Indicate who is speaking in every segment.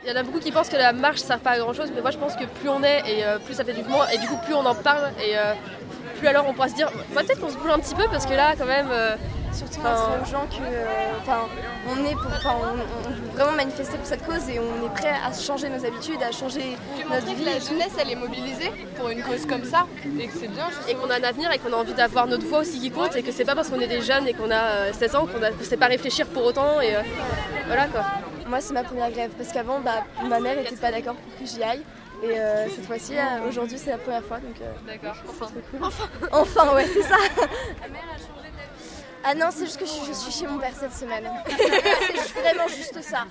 Speaker 1: Il y en a beaucoup qui pensent que la marche ne sert pas à grand chose, mais moi je pense que plus on est et plus ça fait du mouvement et du coup plus on en parle et plus alors on pourra se dire peut-être qu'on se bouge un petit peu parce que là quand même
Speaker 2: surtout montrer aux gens que on veut vraiment manifester pour cette cause et on est prêt à changer nos habitudes, à changer notre vie.
Speaker 3: La jeunesse elle est mobilisée pour une cause comme ça et que c'est bien
Speaker 1: et qu'on a un avenir et qu'on a envie d'avoir notre voix aussi qui compte et que c'est pas parce qu'on est des jeunes et qu'on a 16 ans qu'on ne sait pas réfléchir pour autant et voilà quoi.
Speaker 2: Moi c'est ma première grève parce qu'avant ma mère n'était pas d'accord pour que j'y aille et cette fois-ci aujourd'hui c'est la première fois donc
Speaker 3: d'accord.
Speaker 2: Enfin. C'est trop cool. Enfin ouais c'est ça. Ta mère a changé d'avis? Ah non c'est juste que je suis chez mon père cette semaine. C'est vraiment juste ça.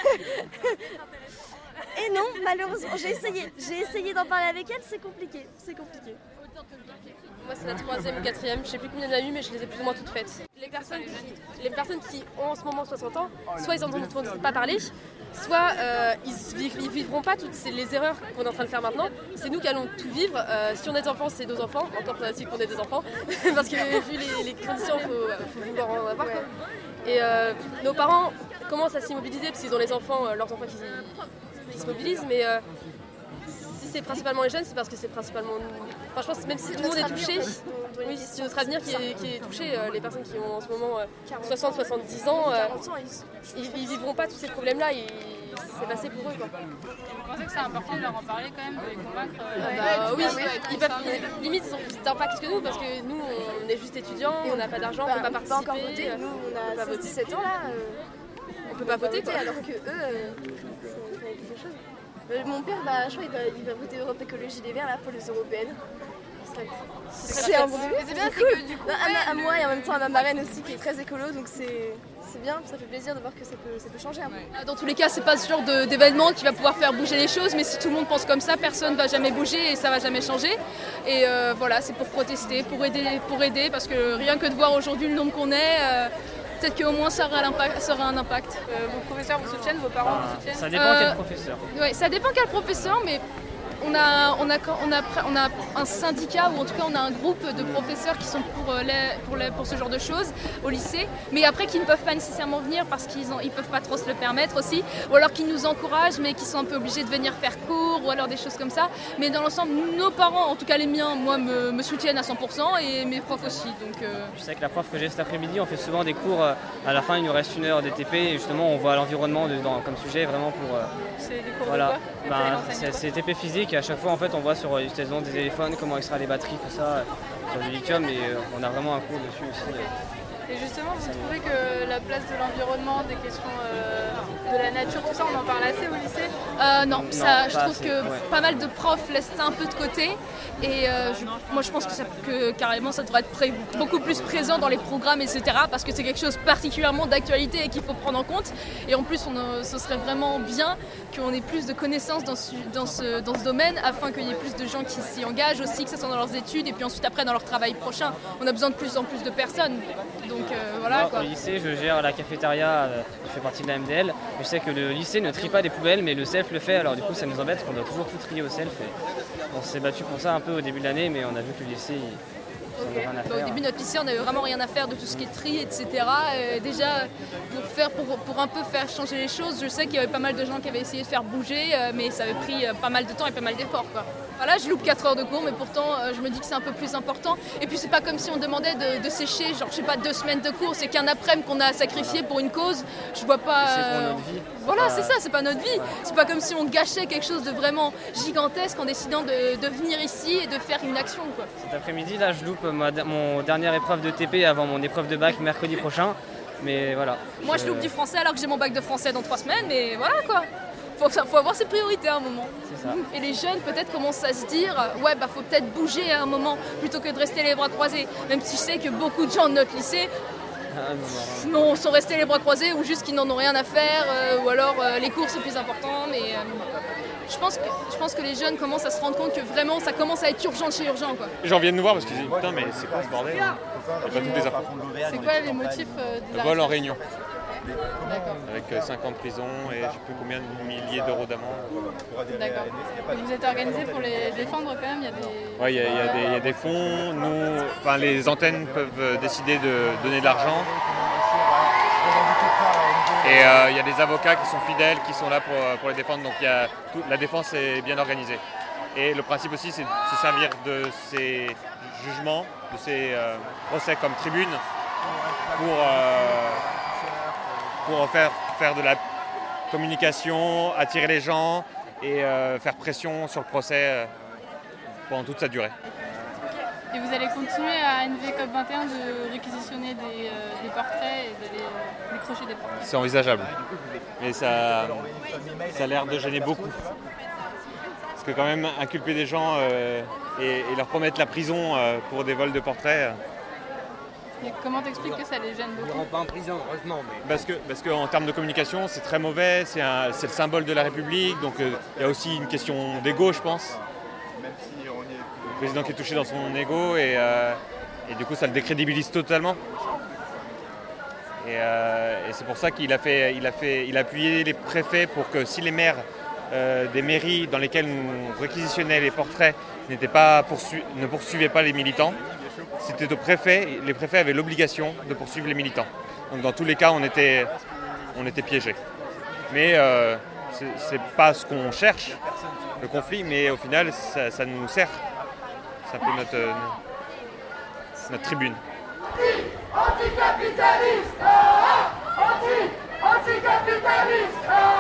Speaker 2: Et non malheureusement j'ai essayé d'en parler avec elle, c'est compliqué.
Speaker 1: Moi c'est la 3e ou 4e, je sais plus combien il y en a eu mais je les ai plus ou moins toutes faites. Les personnes qui ont en ce moment 60 ans, soit ils n'entendent pas parler, soit ils vivront pas toutes les erreurs qu'on est en train de faire maintenant. C'est nous qui allons tout vivre. Si on a des enfants, c'est nos enfants. Encore faudrait-il qu'on ait des enfants. Parce que vu les conditions, il faut vouloir en avoir. Quoi. Et nos parents commencent à s'immobiliser parce qu'ils ont les enfants, leurs enfants qui se mobilisent. Mais si c'est principalement les jeunes, c'est parce que c'est principalement... Enfin, je pense que même si tout le monde est touché, oui, c'est notre avenir qui est touché. Les personnes qui ont en ce moment 60-70 ans, ils vivront pas tous ces problèmes-là. C'est passé pour eux. Quoi.
Speaker 3: Vous pensez que c'est important de leur en parler quand même, de les convaincre
Speaker 1: oui, ils peuvent, limite ils ont plus d'impact que nous parce que nous on est juste étudiants, on n'a pas d'argent, on peut pas participer.
Speaker 2: On peut pas encore voter, nous on a 17 ans là.
Speaker 1: On peut pas voter quoi.
Speaker 2: Alors que eux, c'est quelque chose. Mon père, je crois il va voter Europe Écologie Les Verts là, pour les européennes. C'est un bon début.
Speaker 3: C'est bien,
Speaker 2: cool.
Speaker 3: c'est que du coup...
Speaker 2: à moi et en même temps à ma marraine aussi qui est très écolo, donc c'est bien, ça fait plaisir de voir que ça peut changer un peu.
Speaker 4: Dans tous les cas, c'est pas ce genre d'événement qui va pouvoir faire bouger les choses, mais si tout le monde pense comme ça, personne va jamais bouger et ça va jamais changer. Et voilà, c'est pour protester, pour aider, parce que rien que de voir aujourd'hui le nombre qu'on est, peut-être qu'au moins ça aura un impact.
Speaker 3: Vos professeurs vous soutiennent, vos parents vous soutiennent?
Speaker 5: Ça dépend quel professeur.
Speaker 4: Oui, ça dépend quel professeur, mais on a un syndicat, ou en tout cas on a un groupe de professeurs qui sont pour ce genre de choses au lycée, mais après qui ne peuvent pas nécessairement venir parce qu'ils peuvent pas trop se le permettre aussi, ou alors qui nous encouragent mais qui sont un peu obligés de venir faire cours, ou alors des choses comme ça. Mais dans l'ensemble, nos parents, en tout cas les miens, moi me soutiennent à 100% et mes profs aussi. Donc,
Speaker 5: Je sais que la prof que j'ai cet après-midi, on fait souvent des cours, à la fin il nous reste 1 heure d'TP et justement on voit l'environnement comme sujet vraiment pour...
Speaker 3: C'est des cours
Speaker 5: voilà.
Speaker 3: de quoi?
Speaker 5: C'est TP physique et à chaque fois en fait on voit sur l'utilisation des téléphones comment extraire les batteries, tout ça, sur le lithium et on a vraiment un cours dessus aussi.
Speaker 3: Et justement, vous trouvez que la place de l'environnement, des questions de la nature, tout ça, on en parle assez au lycée?
Speaker 4: Non, je trouve que pas mal de profs laissent ça un peu de côté. Et moi, je pense que carrément, ça devrait être beaucoup plus présent dans les programmes, etc. Parce que c'est quelque chose particulièrement d'actualité et qu'il faut prendre en compte. Et en plus, ce serait vraiment bien qu'on ait plus de connaissances dans ce domaine afin qu'il y ait plus de gens qui s'y engagent aussi, que ce soit dans leurs études et puis ensuite après dans leur travail prochain. On a besoin de plus en plus de personnes. Donc voilà.
Speaker 5: Au lycée, je gère la cafétéria, je fais partie de la MDL. Je sais que le lycée ne trie pas des poubelles, mais le self le fait. Alors du coup, ça nous embête parce qu'on doit toujours tout trier au self. Et on s'est battu pour ça un peu au début de l'année, mais on a vu que le lycée, ils n'en ont rien à faire.
Speaker 4: Au début de notre lycée, on n'avait vraiment rien à faire de tout ce qui est tri, etc. Et déjà, pour un peu faire changer les choses, je sais qu'il y avait pas mal de gens qui avaient essayé de faire bouger, mais ça avait pris pas mal de temps et pas mal d'efforts, quoi. Voilà, je loupe 4 heures de cours, mais pourtant, je me dis que c'est un peu plus important. Et puis, c'est pas comme si on demandait de sécher, genre, je sais pas, 2 semaines de cours. C'est qu'un après-midi qu'on a sacrifié pour une cause. Je vois pas...
Speaker 5: C'est pour notre vie.
Speaker 4: Voilà, c'est ça, c'est pas notre vie. C'est pas comme si on gâchait quelque chose de vraiment gigantesque en décidant de venir ici et de faire une action, quoi.
Speaker 5: Cet après-midi, là, je loupe mon dernière épreuve de TP avant mon épreuve de bac mercredi prochain. Mais voilà.
Speaker 4: Moi, je loupe du français alors que j'ai mon bac de français dans 3 semaines, mais voilà, quoi. Faut avoir ses priorités à un moment.
Speaker 5: C'est ça.
Speaker 4: Et les jeunes peut-être commencent à se dire faut peut-être bouger à un moment plutôt que de rester les bras croisés. Même si je sais que beaucoup de gens de notre lycée sont restés les bras croisés ou juste qu'ils n'en ont rien à faire ou alors les cours c'est plus important. Mais je pense que les jeunes commencent à se rendre compte que vraiment ça commence à être urgent de chez urgent, quoi.
Speaker 6: Les gens viennent nous voir parce qu'ils disent putain mais c'est quoi ce bordel? Il n'y a pas toutes les infos.
Speaker 3: C'est quoi les motifs de la
Speaker 6: Le vol en Réunion.
Speaker 3: D'accord.
Speaker 6: Avec 5 ans de prison et je ne sais plus combien de milliers d'euros d'amende.
Speaker 3: D'accord. Et vous êtes organisé pour les défendre quand même? Il y a des...
Speaker 6: Oui, il y a des fonds. Nous, les antennes peuvent décider de donner de l'argent. Et il y a des avocats qui sont fidèles, qui sont là pour les défendre. Donc la défense est bien organisée. Et le principe aussi, c'est de se servir de ces jugements, de ces procès comme tribune pour faire de la communication, attirer les gens et faire pression sur le procès pendant toute sa durée.
Speaker 3: Et vous allez continuer à NVCOP21 de réquisitionner des portraits et d'aller décrocher des portraits?
Speaker 6: C'est envisageable, mais ça a l'air de gêner beaucoup. Parce que quand même, inculper des gens et leur promettre la prison pour des vols de portraits...
Speaker 3: Et comment t'expliques que ça les gêne beaucoup?
Speaker 7: Ils ne rentrent pas en prison, heureusement. Mais...
Speaker 6: Parce qu'en termes de communication, c'est très mauvais, c'est le symbole de la République, donc il y a aussi une question d'ego, je pense. Le président qui est touché dans son ego et du coup ça le décrédibilise totalement. Et c'est pour ça qu'il a appuyé les préfets pour que si les maires des mairies dans lesquelles nous réquisitionnait les portraits ne poursuivaient pas les militants, c'était aux préfets, les préfets avaient l'obligation de poursuivre les militants. Donc dans tous les cas, on était piégés. Mais c'est pas ce qu'on cherche, le conflit, mais au final, ça nous sert. C'est un peu notre tribune.
Speaker 8: Anticapitaliste, anticapitaliste,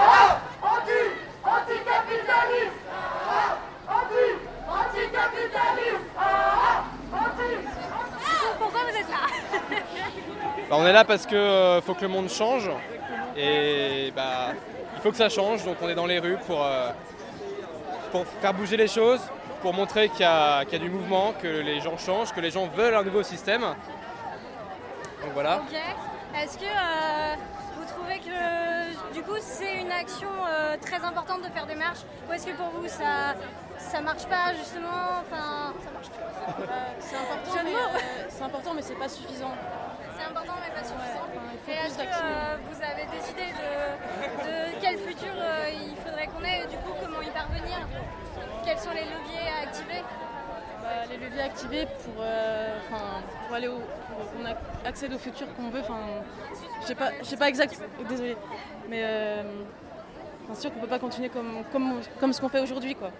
Speaker 8: anticapitaliste, anticapitaliste.
Speaker 9: Pourquoi vous êtes là?
Speaker 10: On est là parce que faut que le monde change et il faut que ça change, donc on est dans les rues pour faire bouger les choses, pour montrer qu'il y a du mouvement, que les gens changent, que les gens veulent un nouveau système. Donc voilà.
Speaker 9: Ok. Est-ce que vous trouvez que du coup c'est une action très importante de faire des marches, ou est-ce que pour vous ça marche pas justement, enfin ça marche pas?
Speaker 1: C'est important mais c'est pas suffisant.
Speaker 9: C'est important mais pas suffisant.
Speaker 1: Ouais,
Speaker 9: et est-ce que vous avez décidé de quel futur il faudrait qu'on ait et du coup comment y parvenir? Quels sont les leviers à activer?
Speaker 1: Les leviers activés pour qu'on accède au futur qu'on veut. Je sais pas exact. Désolée, mais c'est sûr qu'on peut pas continuer comme ce qu'on fait aujourd'hui, quoi.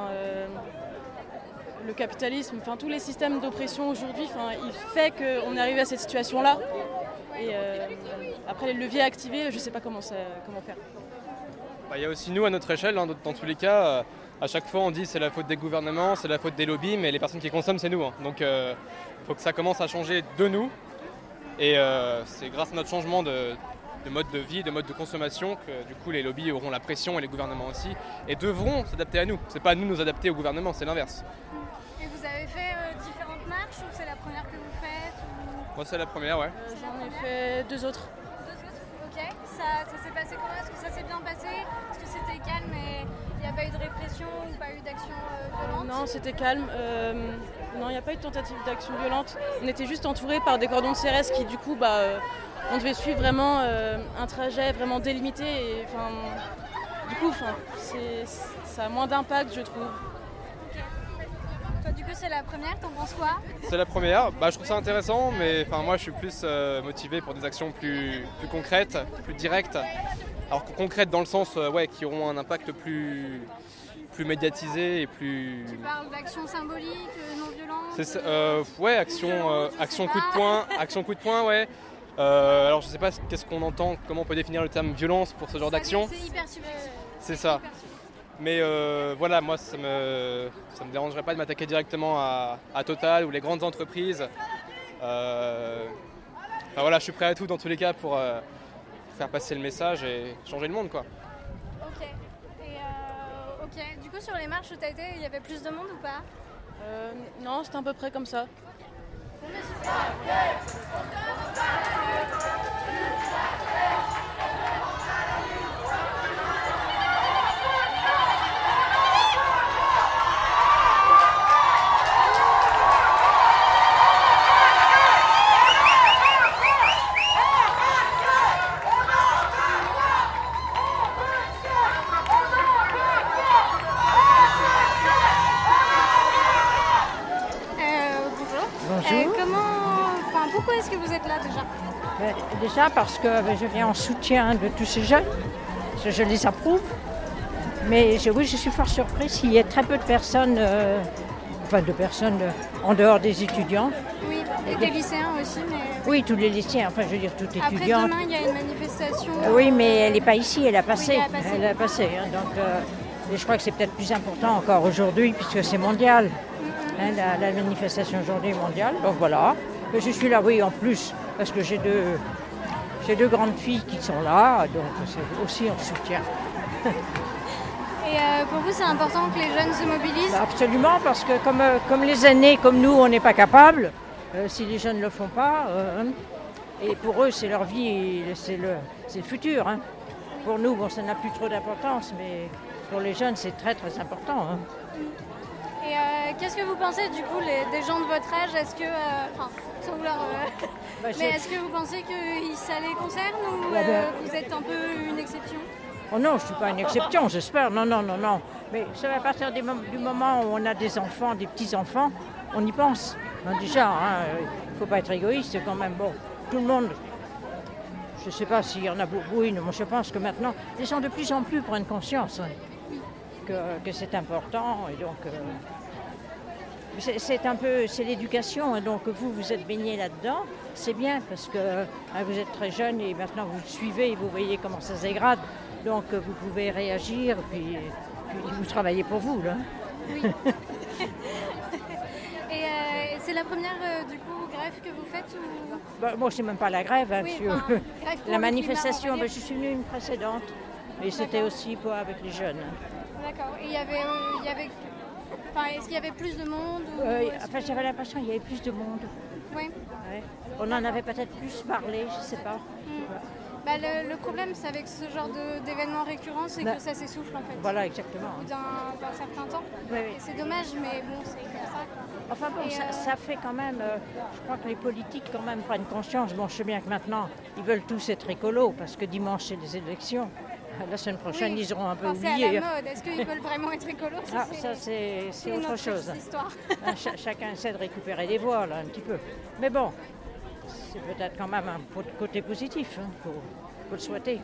Speaker 1: Le capitalisme, tous les systèmes d'oppression aujourd'hui, il fait qu'on est arrivé à cette situation-là. Et après les leviers activés, je sais pas comment faire.
Speaker 10: Il y a aussi nous à notre échelle, dans tous les cas. À chaque fois, on dit c'est la faute des gouvernements, c'est la faute des lobbies, mais les personnes qui consomment, c'est nous. Donc, il faut que ça commence à changer de nous. Et c'est grâce à notre changement de mode de vie, de mode de consommation, que du coup, les lobbies auront la pression et les gouvernements aussi, et devront s'adapter à nous. C'est pas à nous de nous adapter au gouvernement, c'est l'inverse.
Speaker 9: Et vous avez fait différentes marches, ou c'est la première que vous faites ou...
Speaker 10: Moi, c'est la première, ouais.
Speaker 1: J'en ai fait 2 autres.
Speaker 9: 2 autres, ok. Ça s'est passé comment? Est-ce que ça s'est bien passé? Est-ce que c'était calme et il n'y a pas eu de répression ou pas eu d'action violente?
Speaker 1: Non, c'était calme. Non, il n'y a pas eu de tentative d'action violente. On était juste entourés par des cordons de CRS qui, du coup, on devait suivre vraiment un trajet vraiment délimité. Et, du coup, ça a moins d'impact, je trouve.
Speaker 9: Toi, du coup, c'est la première, t'en penses quoi?
Speaker 10: C'est la première. Je trouve ça intéressant, mais moi, je suis plus motivé pour des actions plus concrètes, plus directes. Alors concrètes dans le sens qui auront un impact plus médiatisé et plus...
Speaker 9: Tu parles d'actions symboliques, non violentes?
Speaker 10: C'est action coup de poing, ouais. Alors je sais pas qu'est-ce qu'on entend, comment on peut définir le terme violence pour ce genre d'action.
Speaker 9: C'est hyper subjectif.
Speaker 10: C'est ça. Mais moi ça me dérangerait pas de m'attaquer directement à Total ou les grandes entreprises. Je suis prêt à tout dans tous les cas pour faire passer le message et changer le monde, quoi.
Speaker 9: Ok. Et ok. Du coup, sur les marches où tu as été, il y avait plus de monde ou pas?
Speaker 1: Non, c'était à peu près comme ça.
Speaker 9: Pourquoi est-ce que vous êtes là déjà?
Speaker 11: Déjà parce que je viens en soutien de tous ces jeunes, je les approuve. Mais oui, je suis fort surprise qu'il y ait très peu de personnes, en dehors des étudiants.
Speaker 9: Oui, et des lycéens aussi. Mais...
Speaker 11: Oui, tous les lycéens, enfin je veux dire toutes étudiantes.
Speaker 9: Après demain, il y a une manifestation.
Speaker 11: Oui, mais elle n'est pas ici, elle a passé.
Speaker 9: Oui, elle a passé.
Speaker 11: Hein, donc, et je crois que c'est peut-être plus important encore aujourd'hui puisque c'est mondial. Hein, la manifestation aujourd'hui est mondiale. Donc voilà. Mais je suis là, oui, en plus, parce que j'ai deux grandes filles qui sont là, donc c'est aussi en soutien.
Speaker 9: Et pour vous, c'est important que les jeunes se mobilisent ?
Speaker 11: Absolument, parce que comme les aînés, comme nous, on n'est pas capables, si les jeunes ne le font pas, et pour eux, c'est leur vie, et c'est le futur. Hein. Pour nous, bon, ça n'a plus trop d'importance, mais pour les jeunes, c'est très très important. Hein.
Speaker 9: Et qu'est-ce que vous pensez du coup des gens de votre âge ? Est-ce que, sans vouloir, mais est-ce que vous pensez que ça les concerne ou vous êtes un peu une exception ?
Speaker 11: Oh non, je ne suis pas une exception, j'espère. Non. Mais ça va à partir du moment où on a des enfants, des petits-enfants, on y pense. Ben déjà, il ne faut pas être égoïste quand même. Bon, tout le monde, je ne sais pas s'il y en a beaucoup, oui, mais je pense que maintenant, les gens de plus en plus prennent conscience que c'est important. Et donc, c'est l'éducation. Et donc, vous êtes baigné là-dedans. C'est bien parce que vous êtes très jeune et maintenant vous suivez et vous voyez comment ça se dégrade. Donc vous pouvez réagir, puis vous travaillez pour vous, là.
Speaker 9: Oui. Et c'est la première, du coup, grève que vous faites ou...
Speaker 11: Moi, c'est même pas la grève. Hein,
Speaker 9: grève
Speaker 11: la manifestation, je suis venue une précédente. Et c'était aussi avec les jeunes.
Speaker 9: D'accord. Et il y avait... est-ce qu'il y avait plus de monde ou...
Speaker 11: J'avais l'impression qu'il y avait plus de monde.
Speaker 9: Oui.
Speaker 11: Ouais. On en avait peut-être plus parlé, je ne sais pas.
Speaker 9: Le problème, c'est avec ce genre d'événements récurrents, c'est que ça s'essouffle en fait.
Speaker 11: Voilà, exactement.
Speaker 9: Au bout d'un certain temps.
Speaker 11: Oui.
Speaker 9: Et c'est dommage, mais bon, c'est comme ça.
Speaker 11: Enfin bon, ça fait quand même, je crois que les politiques quand même prennent conscience. Bon, je sais bien que maintenant, ils veulent tous être écolos, parce que dimanche, c'est les élections. La semaine prochaine, ils auront un peu oublié.
Speaker 9: C'est à la mode. Est-ce qu'ils veulent vraiment être écolos ?
Speaker 11: Ça, c'est autre chose. Chacun essaie de récupérer des voix, là, un petit peu. Mais bon, c'est peut-être quand même un côté positif, hein, faut le souhaiter.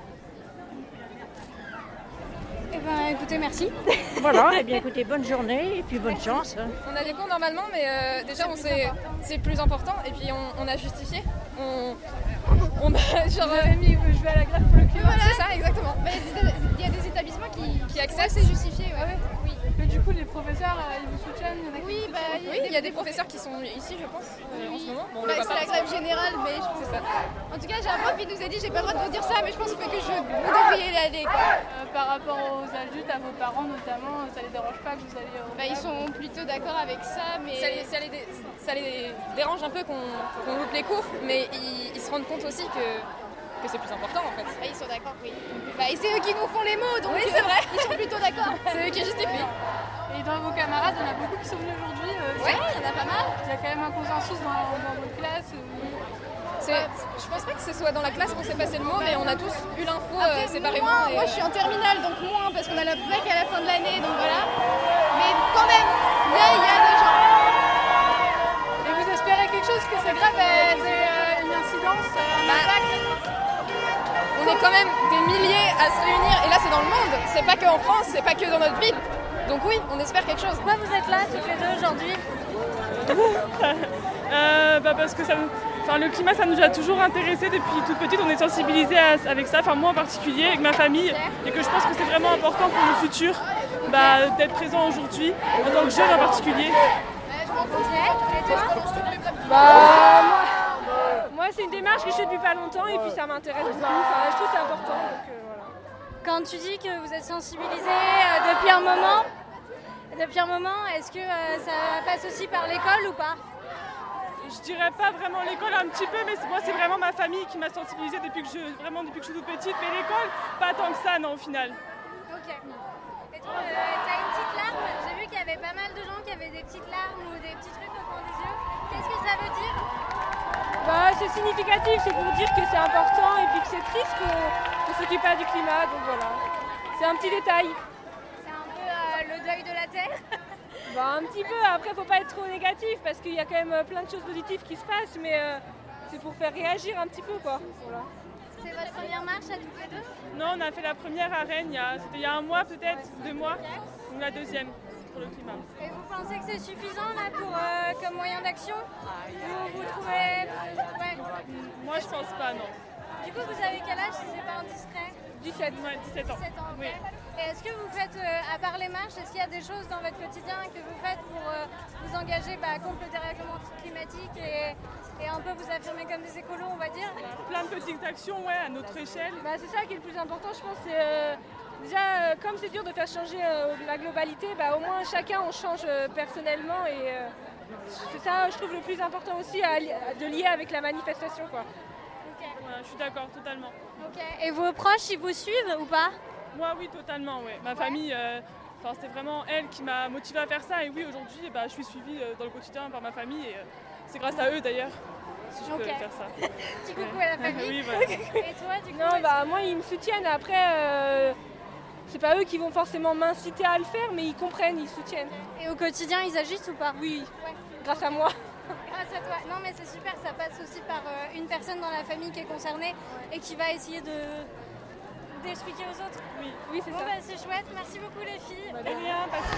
Speaker 9: Eh bien, écoutez, merci.
Speaker 11: Voilà, eh bien, écoutez, bonne journée et puis bonne chance. Hein.
Speaker 12: On a des cours normalement, mais déjà, c'est plus important et puis on a justifié. On a genre...
Speaker 3: je vais à la grève pour le climat.
Speaker 12: Voilà. C'est ça, exactement. Mais il y a des établissements qui acceptent.
Speaker 9: C'est justifié,
Speaker 12: ouais. Oui.
Speaker 3: Mais du coup, les professeurs, ils vous soutiennent?
Speaker 12: Oui, il y a des professeurs qui sont ici, je pense, en ce moment. Bon,
Speaker 9: c'est la grève générale, mais je pense que c'est ça. En tout cas, j'ai un prof qui nous a dit, j'ai pas le droit de vous dire ça, mais je pense que vous devriez y aller.
Speaker 3: Par rapport aux adultes, à vos parents notamment, ça les dérange pas que vous alliez
Speaker 9: ils sont plutôt d'accord avec ça, mais...
Speaker 12: Ça les dérange un peu qu'on loupe les cours, mais ils se rendent compte aussi que c'est plus important en fait.
Speaker 9: Ils sont d'accord, oui. Et c'est eux qui nous font les mots, donc
Speaker 12: oui, c'est vrai.
Speaker 9: Ils sont plutôt d'accord.
Speaker 12: C'est eux qui justifient.
Speaker 3: Et dans vos camarades, il y en a beaucoup qui sont venus aujourd'hui.
Speaker 9: Oui, il y en a pas mal.
Speaker 3: Il y a quand même un consensus dans votre classe.
Speaker 12: Je pense pas que ce soit dans la classe qu'on s'est passé le mot, mais on a tous eu l'info séparément.
Speaker 9: Moi, je suis en terminale, donc moins, parce qu'on a le bac à la fin de l'année, donc voilà. Mais quand même, il y a des gens.
Speaker 3: Et vous espérez quelque chose, que cette grève ait une incidence, un impact?
Speaker 12: On est quand même des milliers à se réunir, et là c'est dans le monde, c'est pas que en France, c'est pas que dans notre ville. Donc oui, on espère quelque chose.
Speaker 9: Pourquoi vous êtes là toutes les deux aujourd'hui?
Speaker 13: Parce que le climat, ça nous a toujours intéressés depuis toute petite. On est sensibilisés avec ça, moi en particulier, avec ma famille, et que je pense que c'est vraiment important pour le futur d'être présent aujourd'hui, en tant que jeune en particulier.
Speaker 1: Moi, c'est une démarche que je fais depuis pas longtemps et puis ça m'intéresse beaucoup. Je trouve que c'est important. Donc, voilà.
Speaker 9: Quand tu dis que vous êtes sensibilisés depuis un moment, est-ce que ça passe aussi par l'école ou pas?
Speaker 13: Je dirais pas vraiment l'école, un petit peu, mais moi c'est vraiment ma famille qui m'a sensibilisée depuis que je suis toute petite, mais l'école, pas tant que ça, non, au final.
Speaker 9: Ok. Et toi, t'as une petite larme? J'ai vu qu'il y avait pas mal de gens qui avaient des petites larmes ou des petits trucs au fond des yeux. Qu'est-ce que ça veut dire?
Speaker 1: C'est significatif, c'est pour dire que c'est important et puis que c'est triste qu'on ne s'occupe pas du climat, donc voilà. C'est un petit détail.
Speaker 9: C'est un peu le deuil de la Terre?
Speaker 1: Un petit peu, après faut pas être trop négatif parce qu'il y a quand même plein de choses positives qui se passent, mais
Speaker 14: c'est pour faire réagir un petit peu quoi. Voilà.
Speaker 9: C'est votre première marche à toutes les deux?
Speaker 13: Non, on a fait la première à Rennes, c'était il y a un mois peut-être, 2 mois, ou la deuxième pour le climat.
Speaker 9: Et vous pensez que c'est suffisant là comme moyen d'action? Vous trouvez... Ouais.
Speaker 13: Moi je pense pas, non.
Speaker 9: Du coup, vous avez quel âge si c'est pas indiscret?
Speaker 13: 17 ans.
Speaker 9: 17 ans, ok.
Speaker 13: Oui.
Speaker 9: Et est-ce que vous faites, à part les marches, est-ce qu'il y a des choses dans votre quotidien que vous faites pour vous engager contre le dérèglement climatique et un peu vous affirmer comme des écolos, on va dire?
Speaker 13: Plein de petites actions, à notre échelle.
Speaker 14: C'est ça qui est le plus important, je pense. C'est, déjà, comme c'est dur de faire changer la globalité, au moins chacun on change personnellement et c'est ça, je trouve le plus important aussi de lier avec la manifestation, quoi.
Speaker 13: Voilà, je suis d'accord, totalement.
Speaker 9: Ok. Et vos proches, ils vous suivent ou pas?
Speaker 13: Moi, oui, totalement. Ouais. Ma famille, c'est vraiment elle qui m'a motivée à faire ça. Et oui, aujourd'hui, je suis suivie dans le quotidien par ma famille. Et c'est grâce à eux, d'ailleurs, si je peux faire ça.
Speaker 9: Petit coucou à la famille.
Speaker 13: Oui, voilà.
Speaker 9: Et toi, du coup?
Speaker 14: Non, moi, ils me soutiennent. Après, c'est pas eux qui vont forcément m'inciter à le faire, mais ils comprennent, ils soutiennent.
Speaker 9: Et au quotidien, ils agissent ou pas?
Speaker 14: Oui, grâce à moi.
Speaker 9: Grâce à toi. Non mais c'est super, ça passe aussi par une personne dans la famille qui est concernée et qui va essayer d'expliquer aux autres.
Speaker 14: Oui, c'est ça.
Speaker 9: C'est chouette, merci beaucoup les filles.
Speaker 14: De rien, pas de